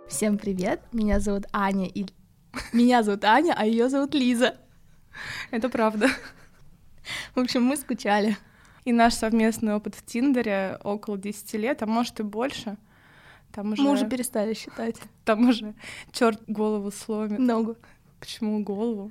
Всем привет, меня зовут Аня, а ее зовут Лиза. Это правда. В общем, мы скучали. И наш совместный опыт в Тиндере около 10 лет, а может и больше. Мы уже перестали считать. Там уже черт голову сломит. Ногу. Почему голову?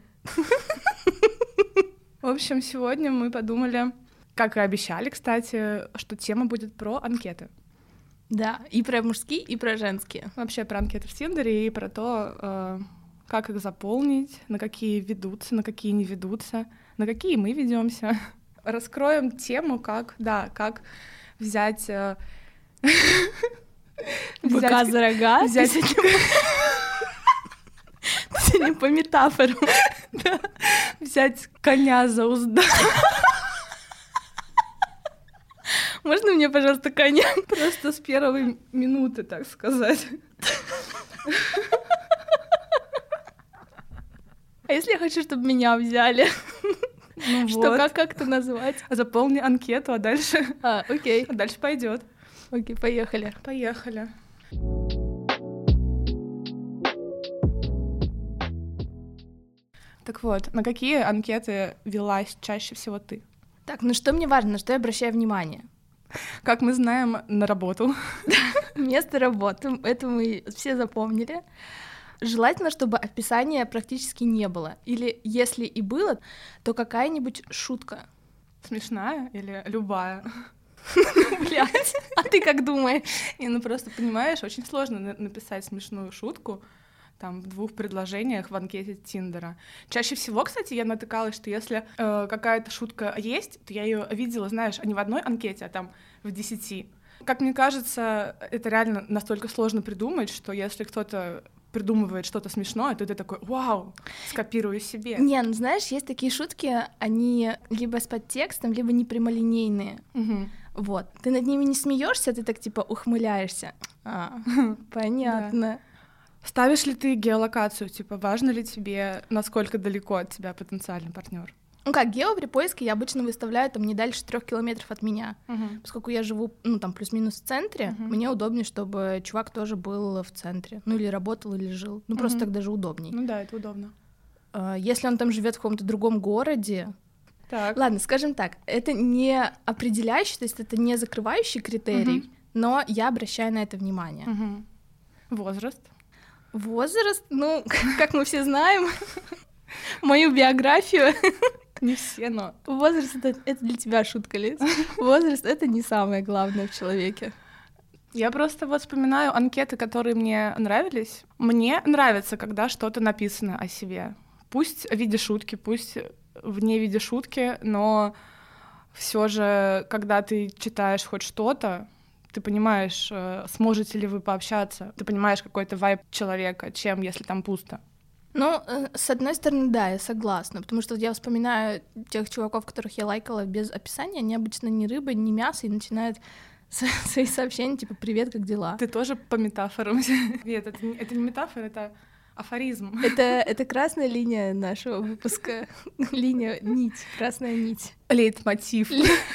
В общем, сегодня мы подумали, как и обещали, кстати, что тема будет про анкеты. Да, и про мужские, и про женские. Вообще про анкеты в Тиндере и про то, как их заполнить, на какие ведутся, на какие не ведутся, на какие мы ведемся. Раскроем тему, как взять... Быка за рога? Взять... Сегодня по метафорам. Взять коня за узда. Можно мне, пожалуйста, коня? Просто с первой минуты, так сказать. А если я хочу, чтобы меня взяли? Ну что, вот. как это назвать? Заполни анкету, а дальше... Окей. А дальше пойдет. Окей, поехали. Поехали. Так вот, на какие анкеты велась чаще всего ты? Так, ну что мне важно, на что я обращаю внимание? Как мы знаем, на работу. Место работы, это мы все запомнили. Желательно, чтобы описания практически не было. Или если и было, то какая-нибудь шутка. Смешная или любая? Блядь, а ты как думаешь? Ну просто, понимаешь, очень сложно написать смешную шутку там в 2 предложениях в анкете Тиндера. Чаще всего, кстати, я натыкалась, что если какая-то шутка есть, то я ее видела, знаешь, не в одной анкете, а там в 10. Как мне кажется, это реально настолько сложно придумать, что если кто-то придумывает что-то смешное, то ты такой: вау, скопирую себе. Не, ну знаешь, есть такие шутки, они либо с подтекстом, либо непрямолинейные. Угу. Вот. Ты над ними не смеешься, ты так типа ухмыляешься. Понятно. Ставишь ли ты геолокацию? Типа, важно ли тебе, насколько далеко от тебя потенциальный партнер? Ну как, гео при поиске я обычно выставляю там не дальше 3 километров от меня. Поскольку я живу, там плюс-минус в центре, мне удобнее, чтобы чувак тоже был в центре. Ну или работал, или жил. Ну просто так даже удобней. Ну да, это удобно. Если он там живет в каком-то другом городе... Так. Ладно, скажем так, это не определяющий, то есть это не закрывающий критерий, но я обращаю на это внимание. Возраст? Возраст, ну, как мы все знаем, мою биографию. Не все, но... Возраст — это для тебя шутка, Лиз. Возраст — это не самое главное в человеке. Я просто вот вспоминаю анкеты, которые мне нравились. Мне нравится, когда что-то написано о себе. Пусть в виде шутки, пусть вне виде шутки, но все же, когда ты читаешь хоть что-то, ты понимаешь, сможете ли вы пообщаться, ты понимаешь какой-то вайб человека, чем если там пусто. Ну, с одной стороны, да, я согласна, потому что я вспоминаю тех чуваков, которых я лайкала без описания, они обычно ни рыба, ни мясо, и начинают свои сообщения, типа: «Привет, как дела?» Ты тоже по метафорам? Нет, это не метафора, это афоризм. Это красная линия нашего выпуска. Нить, красная нить. Лейтмотив.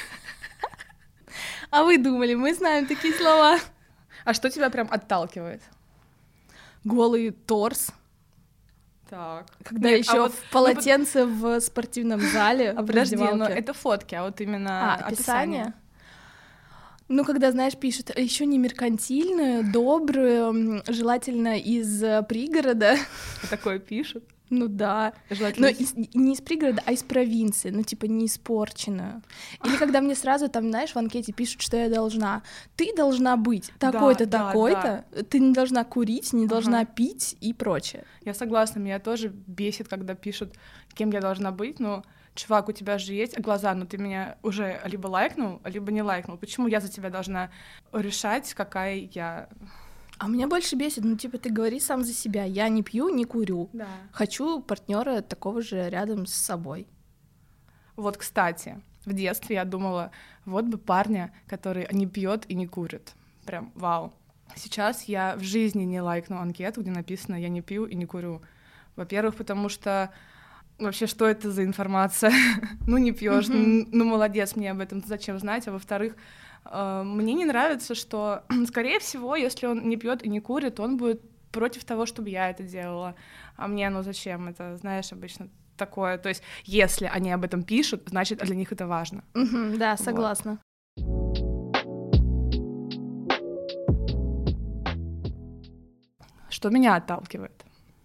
А вы думали, мы знаем такие слова? А что тебя прям отталкивает? Голый торс. Так. Когда еще в полотенце в спортивном зале. Подожди, но это фотки, а вот именно описание. Ну, когда, знаешь, пишут еще не меркантильную, добрую, желательно из пригорода. Такое пишут? Ну да. Желательно. Но не из пригорода, а из провинции, ну типа не испорченную. Или когда мне сразу там, знаешь, в анкете пишут, что я должна. Ты должна быть такой-то, такой-то, ты не должна курить, не должна пить и прочее. Я согласна, меня тоже бесит, когда пишут, кем я должна быть, но... Чувак, у тебя же есть глаза, но ты меня уже либо лайкнул, либо не лайкнул. Почему я за тебя должна решать, какая я... А меня больше бесит, ну типа ты говори сам за себя. Я не пью, не курю. Да. Хочу партнера такого же рядом с собой. Вот, кстати, в детстве я думала, вот бы парня, который не пьет и не курит. Прям вау. Сейчас я в жизни не лайкну анкету, где написано «я не пью и не курю». Во-первых, потому что вообще, что это за информация? Ну, не пьешь, ну, молодец, мне об этом зачем знать? А во-вторых, мне не нравится, что, скорее всего, если он не пьет и не курит, он будет против того, чтобы я это делала. А мне, ну зачем? Это, знаешь, обычно такое. То есть, если они об этом пишут, значит, для них это важно. Да, согласна. Что меня отталкивает?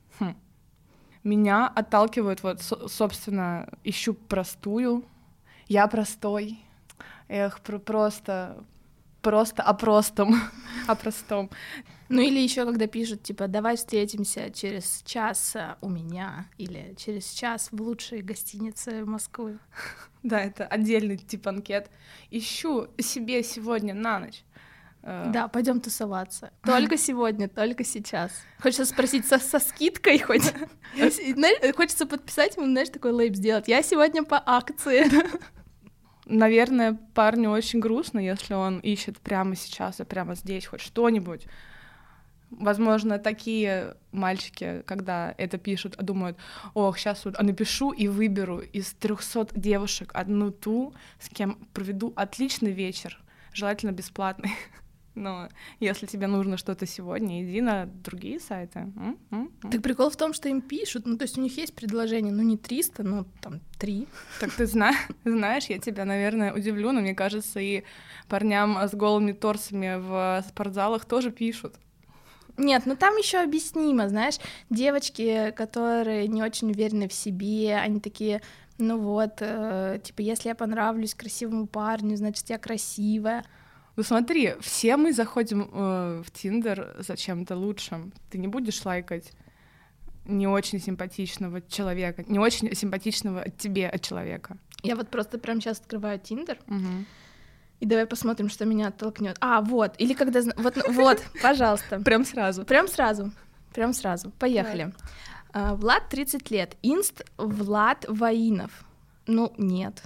Меня отталкивает, вот, собственно, ищу простую. Я простой. Эх, просто о простом. О простом. Ну или еще когда пишут, типа, давай встретимся через час у меня, или через час в лучшей гостинице Москвы. Да, это отдельный тип анкет. Ищу себе сегодня на ночь. Да, пойдем тусоваться. Только сегодня, только сейчас. Хочется спросить со скидкой хоть. Хочется подписать ему, знаешь, такой лейб сделать. Я сегодня по акции. Наверное, парню очень грустно, если он ищет прямо сейчас и прямо здесь хоть что-нибудь. Возможно, такие мальчики, когда это пишут, думают: ох, сейчас вот напишу и выберу из 300 девушек одну ту, с кем проведу отличный вечер, желательно бесплатный. Но если тебе нужно что-то сегодня, иди на другие сайты. Так прикол в том, что им пишут, ну то есть у них есть предложение, ну не 300, но там 3. Так ты знаешь, я тебя, наверное, удивлю, но мне кажется, и парням с голыми торсами в спортзалах тоже пишут. Нет, ну там еще объяснимо, знаешь, девочки, которые не очень уверены в себе, они такие: ну вот, типа, если я понравлюсь красивому парню, значит, я красивая. Ну смотри, все мы заходим в Тиндер за чем-то лучшим. Ты не будешь лайкать не очень симпатичного человека, не очень симпатичного тебе от человека. Я вот просто прямо сейчас открываю Тиндер, и давай посмотрим, что меня оттолкнет. Вот, или когда... Вот, пожалуйста. Прям сразу. Поехали. Влад, 30 лет. Инст Влад Воинов. Ну, нет.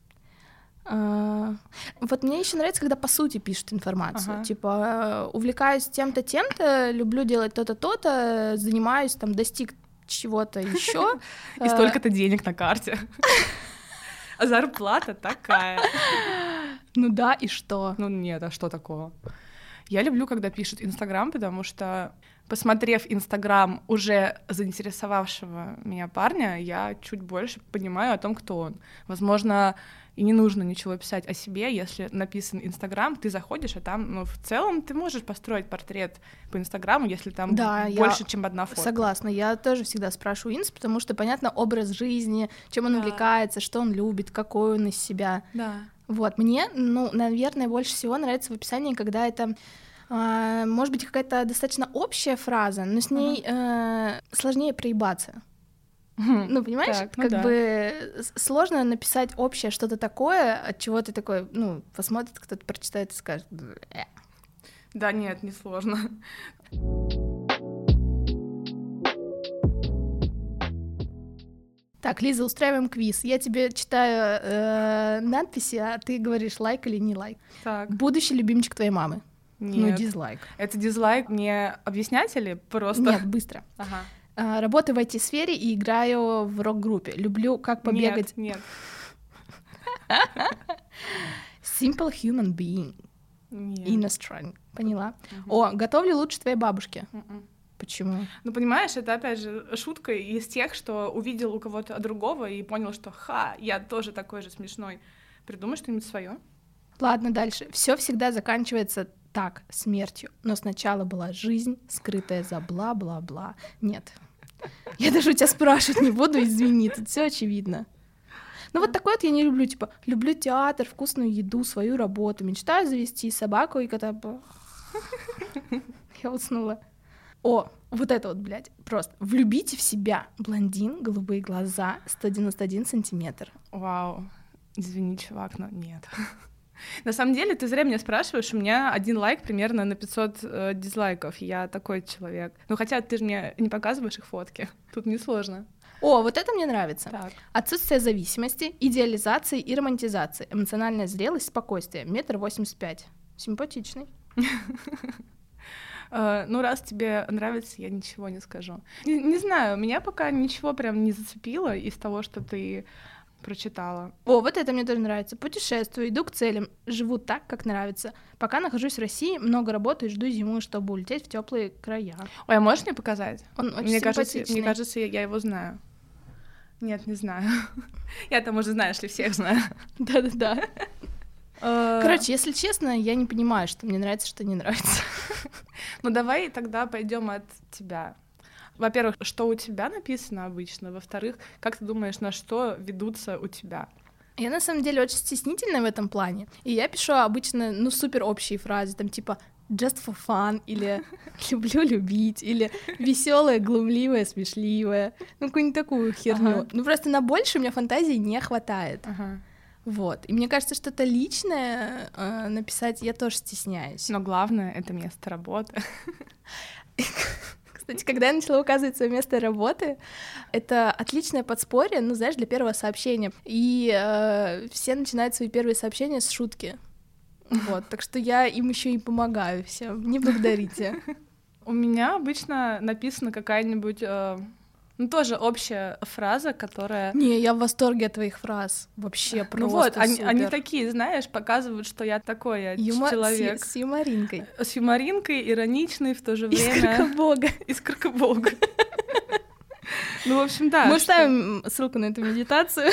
Вот мне еще нравится, когда по сути пишут информацию. Типа, увлекаюсь тем-то, тем-то, люблю делать то-то, то-то, занимаюсь, там, достиг чего-то еще. И столько-то денег на карте. А зарплата такая. Ну да, и что? Ну нет, а что такого? Я люблю, когда пишут Инстаграм, потому что, посмотрев Инстаграм уже заинтересовавшего меня парня, я чуть больше понимаю о том, кто он. Возможно, и не нужно ничего писать о себе, если написан Инстаграм, ты заходишь, а там, ну, в целом ты можешь построить портрет по Инстаграму, если там больше, чем одна фото. Согласна, я тоже всегда спрашиваю Инст, потому что, понятно, образ жизни, чем он увлекается, что он любит, какой он из себя. Да. Вот, мне, ну, наверное, больше всего нравится в описании, когда это, может быть, какая-то достаточно общая фраза, но с ней сложнее проебаться. Ну, понимаешь, так, как бы сложно написать общее что-то такое, от чего ты такой, ну, посмотрит кто-то, прочитает и скажет: Да нет, не сложно. Так, Лиза, устраиваем квиз. Я тебе читаю надписи, а ты говоришь лайк или не лайк. Так. Будущий любимчик твоей мамы. Нет. Ну, дизлайк. Это дизлайк, мне объяснять или просто? Нет, быстро. Ага. Работаю в IT-сфере и играю в рок-группе. Люблю как побегать. Нет. Simple human being. Нет. Inner strength. Поняла. О, готовлю лучше твоей бабушки. Почему? Ну, понимаешь, это, опять же, шутка из тех, что увидел у кого-то другого и понял, что я тоже такой же смешной. Придумай что-нибудь свое. Ладно, дальше. Все всегда заканчивается так, смертью. Но сначала была жизнь, скрытая за бла-бла-бла. Нет. Я даже у тебя спрашивать не буду, извини, тут все очевидно. Ну вот такой вот я не люблю, типа, люблю театр, вкусную еду, свою работу, мечтаю завести собаку и кота. Я уснула. О, вот это вот, блядь, просто. Влюбите в себя. Блондин, голубые глаза, 191 сантиметр. Вау. Извини, чувак, но нет. На самом деле, ты зря меня спрашиваешь, у меня 1 лайк примерно на 500 дизлайков. Я такой человек. Ну, хотя ты же мне не показываешь их фотки. Тут несложно. О, вот это мне нравится. Так. Отсутствие зависимости, идеализации и романтизации. Эмоциональная зрелость, спокойствие. 1,85 м. Симпатичный. Ну, раз тебе нравится, я ничего не скажу. Не знаю, меня пока ничего прям не зацепило из того, что ты прочитала. О, вот это мне тоже нравится. Путешествую, иду к целям, живу так, как нравится. Пока нахожусь в России, много работаю и жду зимы, чтобы улететь в теплые края. Ой, а можешь мне показать? Он очень симпатичный. Мне кажется, я его знаю. Нет, не знаю. Я там уже, знаешь ли, всех знаю. Да-да-да. Короче, если честно, я не понимаю, что мне нравится, что не нравится. Ну давай тогда пойдем от тебя. Во-первых, что у тебя написано обычно? Во-вторых, как ты думаешь, на что ведутся у тебя? Я на самом деле очень стеснительная в этом плане. И я пишу обычно, супер общие фразы, там типа just for fun, или люблю любить, или веселая, глумливая, смешливая. Какую-нибудь такую херню. Просто на больше у меня фантазии не хватает. Вот. И мне кажется, что-то личное написать я тоже стесняюсь. Но главное — это место работы. Кстати, когда я начала указывать свое место работы, это отличное подспорье, знаешь, для первого сообщения. И все начинают свои первые сообщения с шутки. Вот, так что я им еще и помогаю всем. Не благодарите. У меня обычно написана какая-нибудь... тоже общая фраза, которая... Не, я в восторге от твоих фраз. Вообще просто они такие, знаешь, показывают, что я такой человек. С юморинкой. С юморинкой, ироничный в то же время. Искорка-бога. Искорка-бога. В общем, да. Мы ставим ссылку на эту медитацию.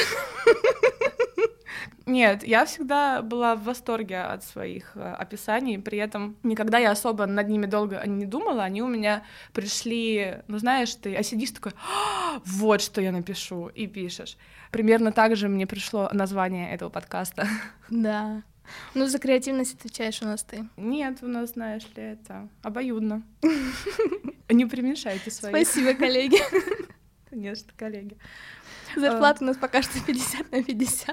Нет, я всегда была в восторге от своих описаний, при этом никогда я особо над ними долго не думала, они у меня пришли, знаешь, ты сидишь такой, вот что я напишу, и пишешь. Примерно так же мне пришло название этого подкаста. Да. За креативность отвечаешь у нас ты. Нет, у нас, знаешь ли, это обоюдно. Не преуменьшайте свои. Спасибо, коллеги. Конечно, коллеги. Зарплата у нас пока что 50/50.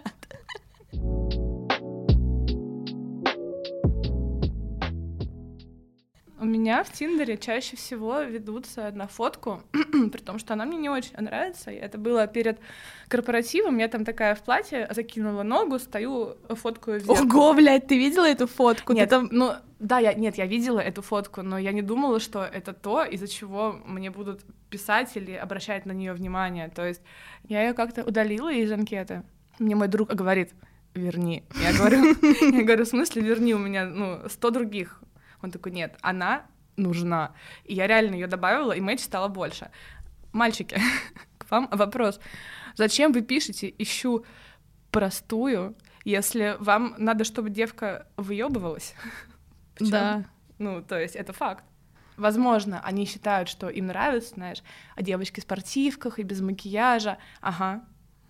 У меня в Тиндере чаще всего ведутся на фотку, при том, что она мне не очень нравится. Это было перед корпоративом, я там такая в платье, закинула ногу, стою, фоткаю вверх. Ого, блядь, ты видела эту фотку? Нет, я видела эту фотку, но я не думала, что это то, из-за чего мне будут писать или обращать на нее внимание. То есть я ее как-то удалила из анкеты. Мне мой друг говорит: верни. Я говорю, в смысле верни, у меня 100 других. Он такой: нет, она нужна. И я реально ее добавила, и мэч стало больше. Мальчики, к вам вопрос. Зачем вы пишете «ищу простую», если вам надо, чтобы девка выебывалась? Да. То есть это факт. Возможно, они считают, что им нравится, знаешь, девочки в спортивках и без макияжа. Ага.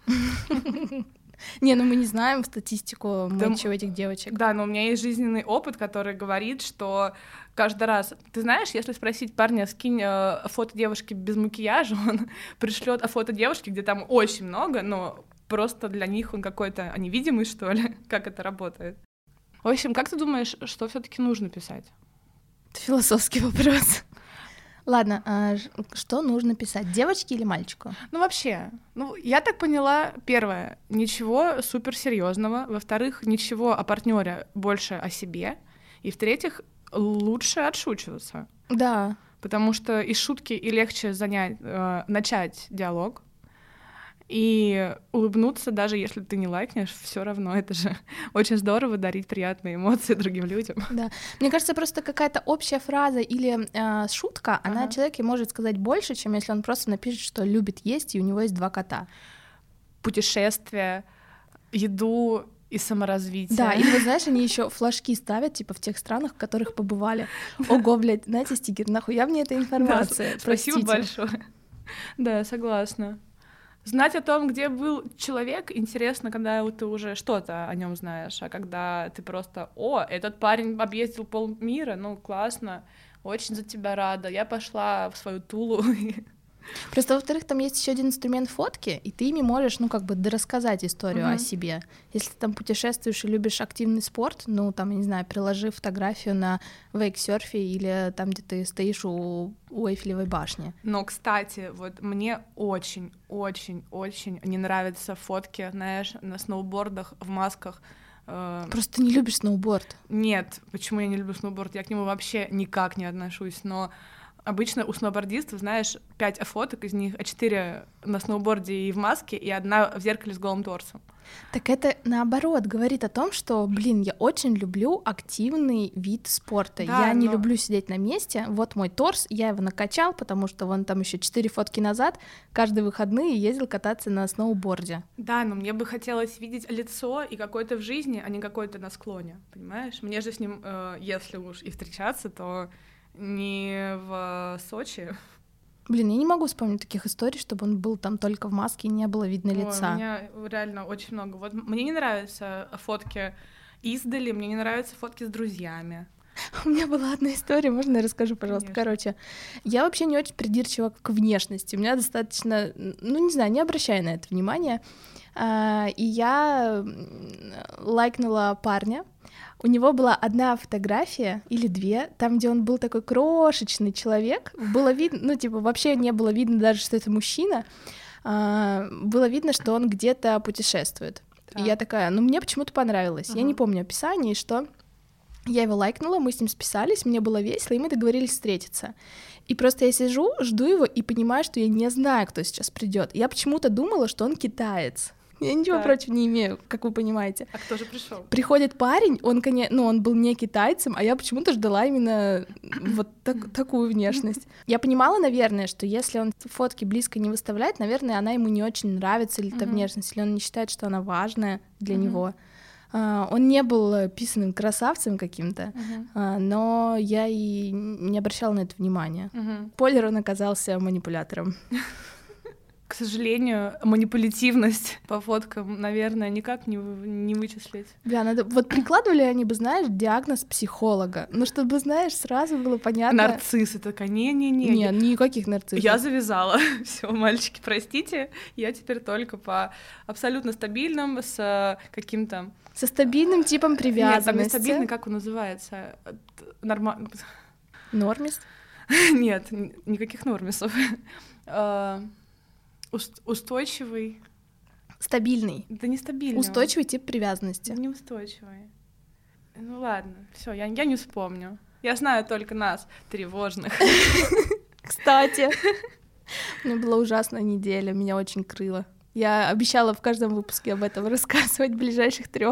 Не, мы не знаем статистику матча этих девочек. Да, но у меня есть жизненный опыт, который говорит, что каждый раз... Ты знаешь, если спросить парня, скинь фото девушки без макияжа, он пришлет фото девушки, где там очень много, но просто для них он какой-то невидимый, что ли? Как это работает? В общем, как ты думаешь, что все-таки нужно писать? Это философский вопрос. Ладно, что нужно писать, девочке или мальчику? Вообще, я так поняла, первое, ничего суперсерьезного, во-вторых, ничего о партнере, больше о себе, и в-третьих, лучше отшучиваться. Да. Потому что из шутки и легче начать диалог, и улыбнуться, даже если ты не лайкнешь, все равно это же очень здорово дарить приятные эмоции другим людям. Да. Мне кажется, просто какая-то общая фраза или шутка, она человеку может сказать больше, чем если он просто напишет, что любит есть, и у него есть 2 кота. Путешествия, еду и саморазвитие. Да, и вот знаешь, они еще флажки ставят, типа в тех странах, в которых побывали. Ого, блядь, знаете, стикер, нахуя мне эта информация? Спасибо большое. Да, согласна. Знать о том, где был человек, интересно, когда ты уже что-то о нем знаешь, а когда ты просто: о, этот парень объездил полмира, классно, очень за тебя рада, я пошла в свою Тулу. Просто, во-вторых, там есть еще один инструмент фотки, и ты ими можешь, дорассказать историю о себе. Если ты там путешествуешь и любишь активный спорт, я не знаю, приложи фотографию на вейксерфе или там, где ты стоишь у Эйфелевой башни. Но, кстати, вот мне очень-очень-очень не нравятся фотки, знаешь, на сноубордах, в масках. Просто ты не любишь сноуборд. Нет, почему я не люблю сноуборд? Я к нему вообще никак не отношусь, но обычно у сноубордистов, знаешь, 5 фоток, из них 4 на сноуборде и в маске, и 1 в зеркале с голым торсом. Так это, наоборот, говорит о том, что, блин, я очень люблю активный вид спорта. Да, я не люблю сидеть на месте. Вот мой торс, я его накачал, потому что вон там еще 4 фотки назад каждые выходные ездил кататься на сноуборде. Да, но мне бы хотелось видеть лицо и какое-то в жизни, а не какое-то на склоне, понимаешь? Мне же с ним, если уж и встречаться, то не в Сочи. Блин, я не могу вспомнить таких историй, чтобы он был там только в маске и не было видно лица. У меня реально очень много. Вот мне не нравятся фотки издали, мне не нравятся фотки с друзьями. У меня была одна история, можно я расскажу, пожалуйста? Конечно. Короче, я вообще не очень придирчива к внешности. У меня достаточно, ну, не знаю, не обращаю на это внимания. И я лайкнула парня. У него была 1 фотография или 2, там, где он был такой крошечный человек. Было видно, ну, типа, вообще не было видно даже, что это мужчина. Было видно, что он где-то путешествует. Так. И я такая, ну, мне почему-то понравилось. Я не помню описание, и что... Я его лайкнула, мы с ним списались, мне было весело, и мы договорились встретиться. И просто я сижу, жду его и понимаю, что я не знаю, кто сейчас придет. Я почему-то думала, что он китаец. Я ничего против не имею, как вы понимаете. А кто же пришел? Приходит парень, он, конечно, ну, он был не китайцем, а я почему-то ждала именно вот такую внешность. Я понимала, наверное, что если он фотки близко не выставляет, наверное, она ему не очень нравится, или эта внешность, или он не считает, что она важная для него. Он не был писаным красавцем каким-то, но я и не обращала на это внимания. Спойлер, он оказался манипулятором. К сожалению, манипулятивность по фоткам, наверное, никак не вычислить. Да, надо... Вот прикладывали они бы, знаешь, диагноз психолога, ну, чтобы, знаешь, сразу было понятно... Нарцисс, это такая, не-не-не. Нет, никаких нарциссов. Я завязала. Все, мальчики, простите, я теперь только по абсолютно стабильным, с каким-то... Со стабильным типом привязанности. Нет, там не стабильный, как он называется? Нормис? Нет, никаких нормисов. Устойчивый. Стабильный. Да не стабильный. Устойчивый тип привязанности. Неустойчивый. Ну ладно, все, я не вспомню. Я знаю только нас, тревожных. Кстати, у меня была ужасная неделя, меня очень крыло. Я обещала в каждом выпуске об этом рассказывать в ближайших 3.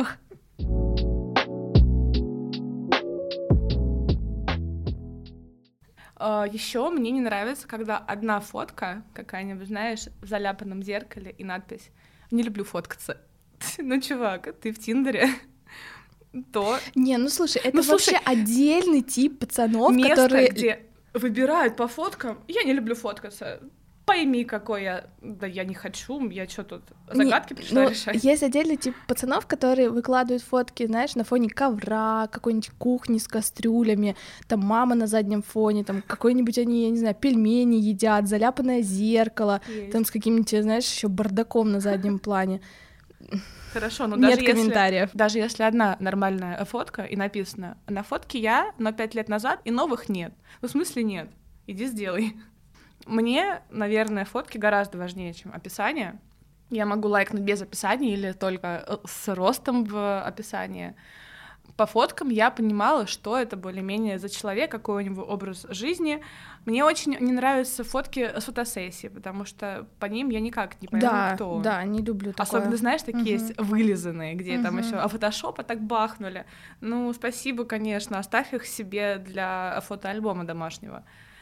Еще мне не нравится, когда одна фотка какая-нибудь, знаешь, в заляпанном зеркале и надпись «Не люблю фоткаться». Ну, чувак, ты в Тиндере, то... Не, ну слушай, это вообще отдельный тип пацанов, место, которые... где выбирают по фоткам. Я не люблю фоткаться. Пойми, какой я... Да я не хочу, я что тут, загадки пришла решать? Есть отдельный тип пацанов, которые выкладывают фотки, знаешь, на фоне ковра, какой-нибудь кухни с кастрюлями, там мама на заднем фоне, там какой-нибудь они, я не знаю, пельмени едят, заляпанное зеркало, там с каким-нибудь, знаешь, еще бардаком на заднем плане. Хорошо, но нет комментариев. Даже если одна нормальная фотка и написано «На фотке я, но 5 лет назад, и новых нет». Ну, в смысле нет? Иди сделай. Мне, наверное, фотки гораздо важнее, чем описание. Я могу лайкнуть без описания или только с ростом в описании. По фоткам я понимала, что это более-менее за человек, какой у него образ жизни. Мне очень не нравятся фотки с фотосессии, потому что по ним я никак не пойму, кто он. Да, не люблю такое. Особенно, знаешь, такие есть вылизанные, где там еще фотошопа так бахнули. Ну, спасибо, конечно, оставь их себе для фотоальбома домашнего.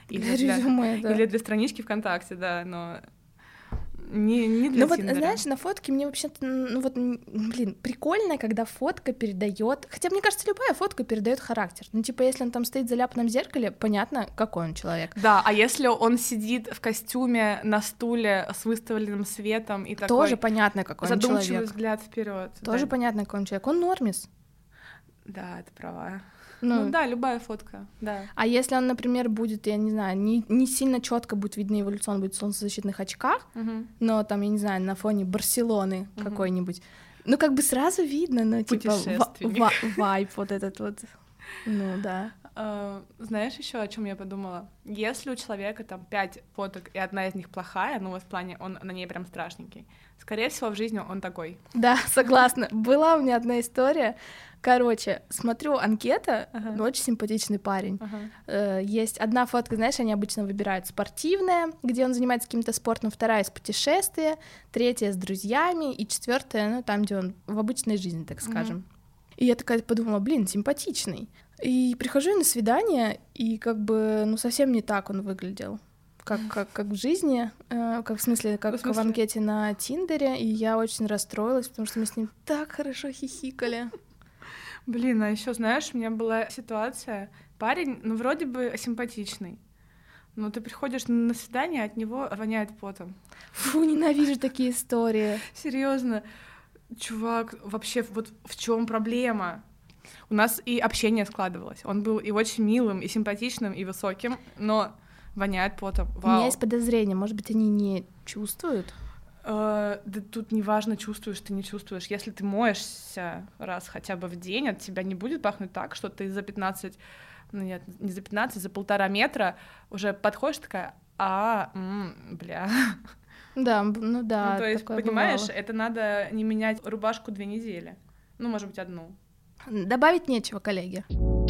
Или для странички ВКонтакте, да, но не для Ну Тиндера. вот, знаешь, на фотке мне вообще-то, ну вот, блин, прикольно, когда фотка передает, хотя мне кажется, любая фотка передает характер. Ну типа, если он там стоит в заляпанном зеркале, понятно, какой он человек. Да, а если он сидит в костюме на стуле с выставленным светом и такой... Тоже понятно, какой он человек. Задумчивый взгляд вперед. Тоже понятно, какой он человек. Он нормис. Да, ты права. Ну да, любая фотка, да. А если он, например, будет, я не знаю, не сильно четко будет видно его лицо, он будет в солнцезащитных очках, но там, я не знаю, на фоне Барселоны какой-нибудь, ну как бы сразу видно, ну типа вайб вот этот вот, ну да. Знаешь, еще о чем я подумала? Если у человека там 5 фоток, и одна из них плохая, ну вот в плане он на ней прям страшненький, скорее всего, в жизни он такой. Да, согласна. Была у меня одна история. Короче, смотрю, анкета, ну, очень симпатичный парень. Есть одна фотка, знаешь, они обычно выбирают спортивная, где он занимается каким-то спортом, вторая — из путешествия, третья — с друзьями, и четвертая, ну, там, где он в обычной жизни, так скажем. И я такая подумала, блин, симпатичный. И прихожу на свидание, и как бы, ну, совсем не так он выглядел. Как в жизни, как в смысле, как в анкете на Тиндере, и я очень расстроилась, потому что мы с ним так хорошо хихикали. Блин, а еще знаешь, у меня была ситуация, парень, ну, вроде бы симпатичный, но ты приходишь на свидание, от него воняет потом. Фу, ненавижу такие истории. Серьезно, чувак, вообще вот в чем проблема? У нас и общение складывалось. Он был и очень милым, и симпатичным, и высоким, но воняет потом. Вау. У меня есть подозрение, может быть, они не чувствуют? Да тут неважно, чувствуешь ты, не чувствуешь. Если ты моешься раз хотя бы в день, от тебя не будет пахнуть так, что ты за 15, ну нет, не за 15, за 1,5 метра уже подходишь такая, бля. Да, ну да. Ну, то есть, понимаешь, бывало. это надо не менять рубашку 2 недели. Ну, может быть, 1. Добавить нечего, коллеги.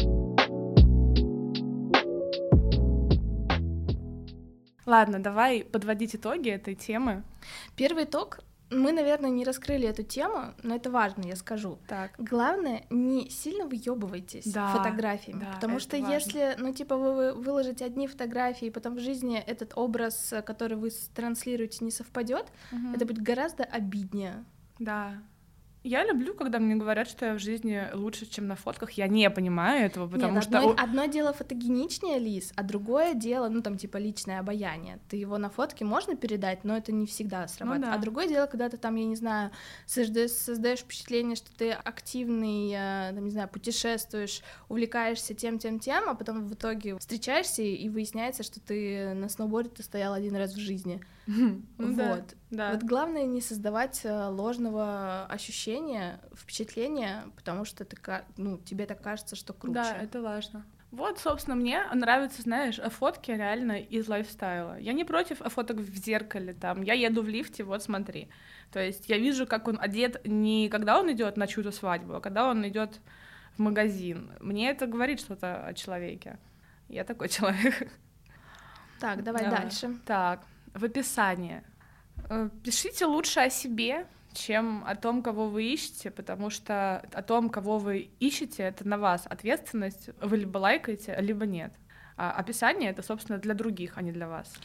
Ладно, давай подводить итоги этой темы. Первый итог. Мы, наверное, не раскрыли эту тему, но это важно, я скажу. Так. Главное, не сильно выебывайтесь фотографиями, да, потому что важно. Если, ну, типа, вы выложите одни фотографии, и потом в жизни этот образ, который вы транслируете, не совпадет, это будет гораздо обиднее. Да. Я люблю, когда мне говорят, что я в жизни лучше, чем на фотках. Я не понимаю этого, потому что... Одно дело фотогеничнее, Лиз, а другое дело, ну, там, типа, личное обаяние. Ты его на фотке можно передать, но это не всегда срабатывает. Ну, да. А другое дело, когда ты там, я не знаю, создаешь впечатление, что ты активный, там, не знаю, путешествуешь, увлекаешься тем, а потом в итоге встречаешься, и выясняется, что ты на сноуборде стоял один раз в жизни. Вот. Да. Вот главное не создавать ложного ощущения, впечатления, потому что тебе так кажется, что круче. Да, это важно. Вот, собственно, мне нравятся, знаешь, фотки реально из лайфстайла. Я не против фоток в зеркале, там, я еду в лифте, вот смотри. То есть я вижу, как он одет не когда он идет на чью-то свадьбу, а когда он идет в магазин. Мне это говорит что-то о человеке. Я такой человек. Так, давай дальше. Так, в описании. Пишите лучше о себе, чем о том, кого вы ищете, потому что о том, кого вы ищете, это на вас ответственность. Вы либо лайкаете, либо нет. А описание — это, собственно, для других, а не для вас.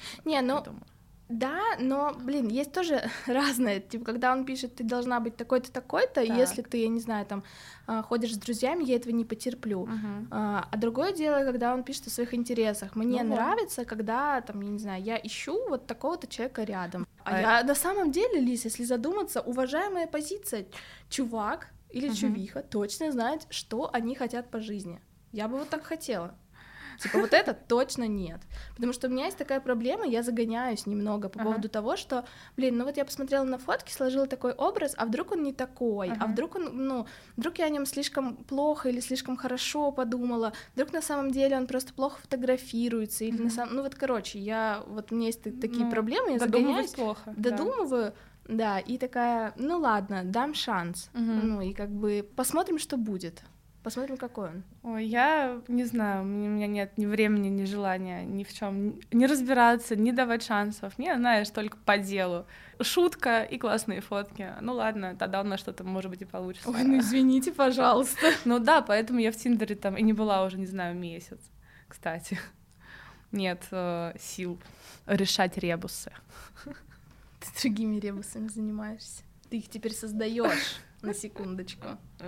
Да, но, блин, есть тоже разное. Типа, когда он пишет, ты должна быть такой-то, такой-то, и если ты, я не знаю, там, ходишь с друзьями, я этого не потерплю. А другое дело, когда он пишет о своих интересах. Мне нравится, когда, там, я не знаю, я ищу вот такого-то человека рядом. Я на самом деле, Лиз, если задуматься, уважаемая позиция, чувак или чувиха точно знает, что они хотят по жизни. Я бы вот так хотела. Типа вот это точно нет. Потому что у меня есть такая проблема, я загоняюсь немного по поводу того, что, блин, ну вот я посмотрела на фотки, сложила такой образ, а вдруг он не такой, а вдруг он, вдруг я о нем слишком плохо или слишком хорошо подумала, вдруг на самом деле он просто плохо фотографируется, или на самом... Ну вот, короче, у меня есть такие проблемы, я загоняюсь, плохо, додумываю, да, и такая, ну ладно, дам шанс, ну и как бы посмотрим, что будет. Посмотрим, какой он. Ой, я не знаю, у меня нет ни времени, ни желания ни в чем не разбираться, не давать шансов. Мне, знаешь, только по делу. Шутка и классные фотки. Ну ладно, тогда у нас что-то, может быть, и получится. Ой, ну извините, пожалуйста. Ну да, поэтому я в Тиндере там и не была уже, не знаю, месяц, кстати. Нет сил решать ребусы. Ты другими ребусами занимаешься. Ты их теперь создаешь на секундочку.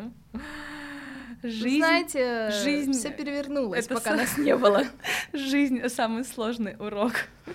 Знаете, жизнь все перевернулось, пока нас не было. Жизнь — самый сложный урок.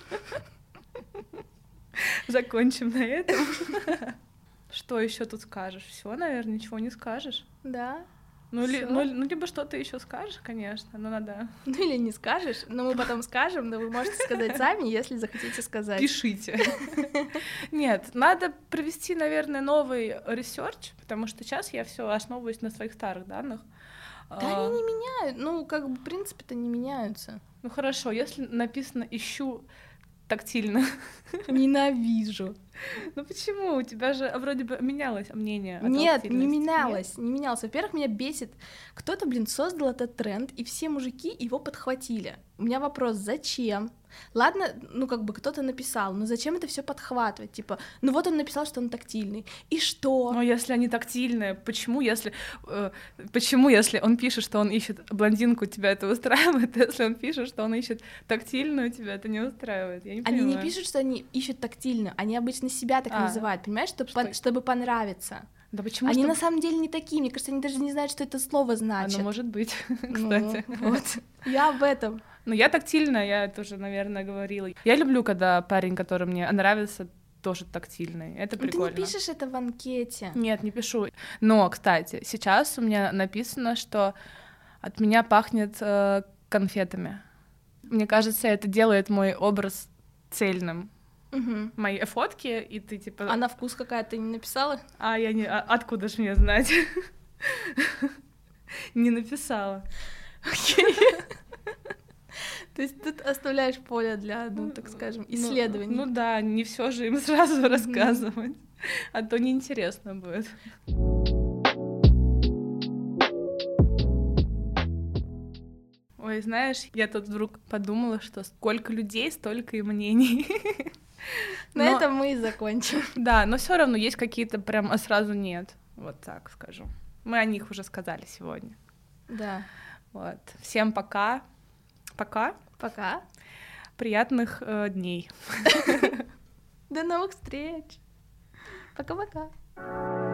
Закончим на этом. Что еще тут скажешь? Все, наверное, ничего не скажешь. Да. Либо что-то еще скажешь, конечно, но надо. Ну или не скажешь, но мы потом скажем, но вы можете сказать сами, если захотите сказать. Пишите. Нет, надо провести, наверное, новый ресерч, потому что сейчас я все основываюсь на своих старых данных. Да они не меняют, ну, как бы, в принципе-то не меняются. Ну, хорошо, если написано «ищу тактильно». Ненавижу. Ну почему? У тебя же вроде бы менялось мнение о Нет, не тактильности. менялось, не менялось. Во-первых, меня бесит, кто-то, создал этот тренд, и все мужики его подхватили. У меня вопрос, зачем? Ладно, ну как бы кто-то написал, но зачем это все подхватывать? Типа, ну вот он написал, что он тактильный, и что? Но если они тактильные, почему, если он пишет, что он ищет блондинку, тебя это устраивает? Если он пишет, что он ищет тактильную, тебя это не устраивает? Я не понимаю. Они не пишут, что они ищут тактильную, они обычно себя так называют, понимаешь, чтобы понравиться. Да почему? Они на самом деле не такие, мне кажется, они даже не знают, что это слово значит. Оно может быть, кстати. Вот, я об этом. Ну, я тактильная, я тоже, наверное, говорила. Я люблю, когда парень, который мне нравится, тоже тактильный. Это прикольно. Ты не пишешь это в анкете. Нет, не пишу. Но, кстати, сейчас у меня написано, что от меня пахнет конфетами. Мне кажется, это делает мой образ цельным. Угу. Мои фотки, и ты типа... А на вкус какая ты не написала? Я не... Откуда ж мне знать? Не написала. Окей. То есть тут оставляешь поле для, так скажем, исследований. Ну да, не все же им сразу рассказывать, а то неинтересно будет. Ой, знаешь, я тут вдруг подумала, что сколько людей, столько и мнений. На этом мы и закончим. Да, но все равно есть какие-то прям, а сразу нет. Вот так скажу. Мы о них уже сказали сегодня. Да. Вот. Всем пока. Пока. Пока. Приятных дней. До новых встреч. Пока-пока.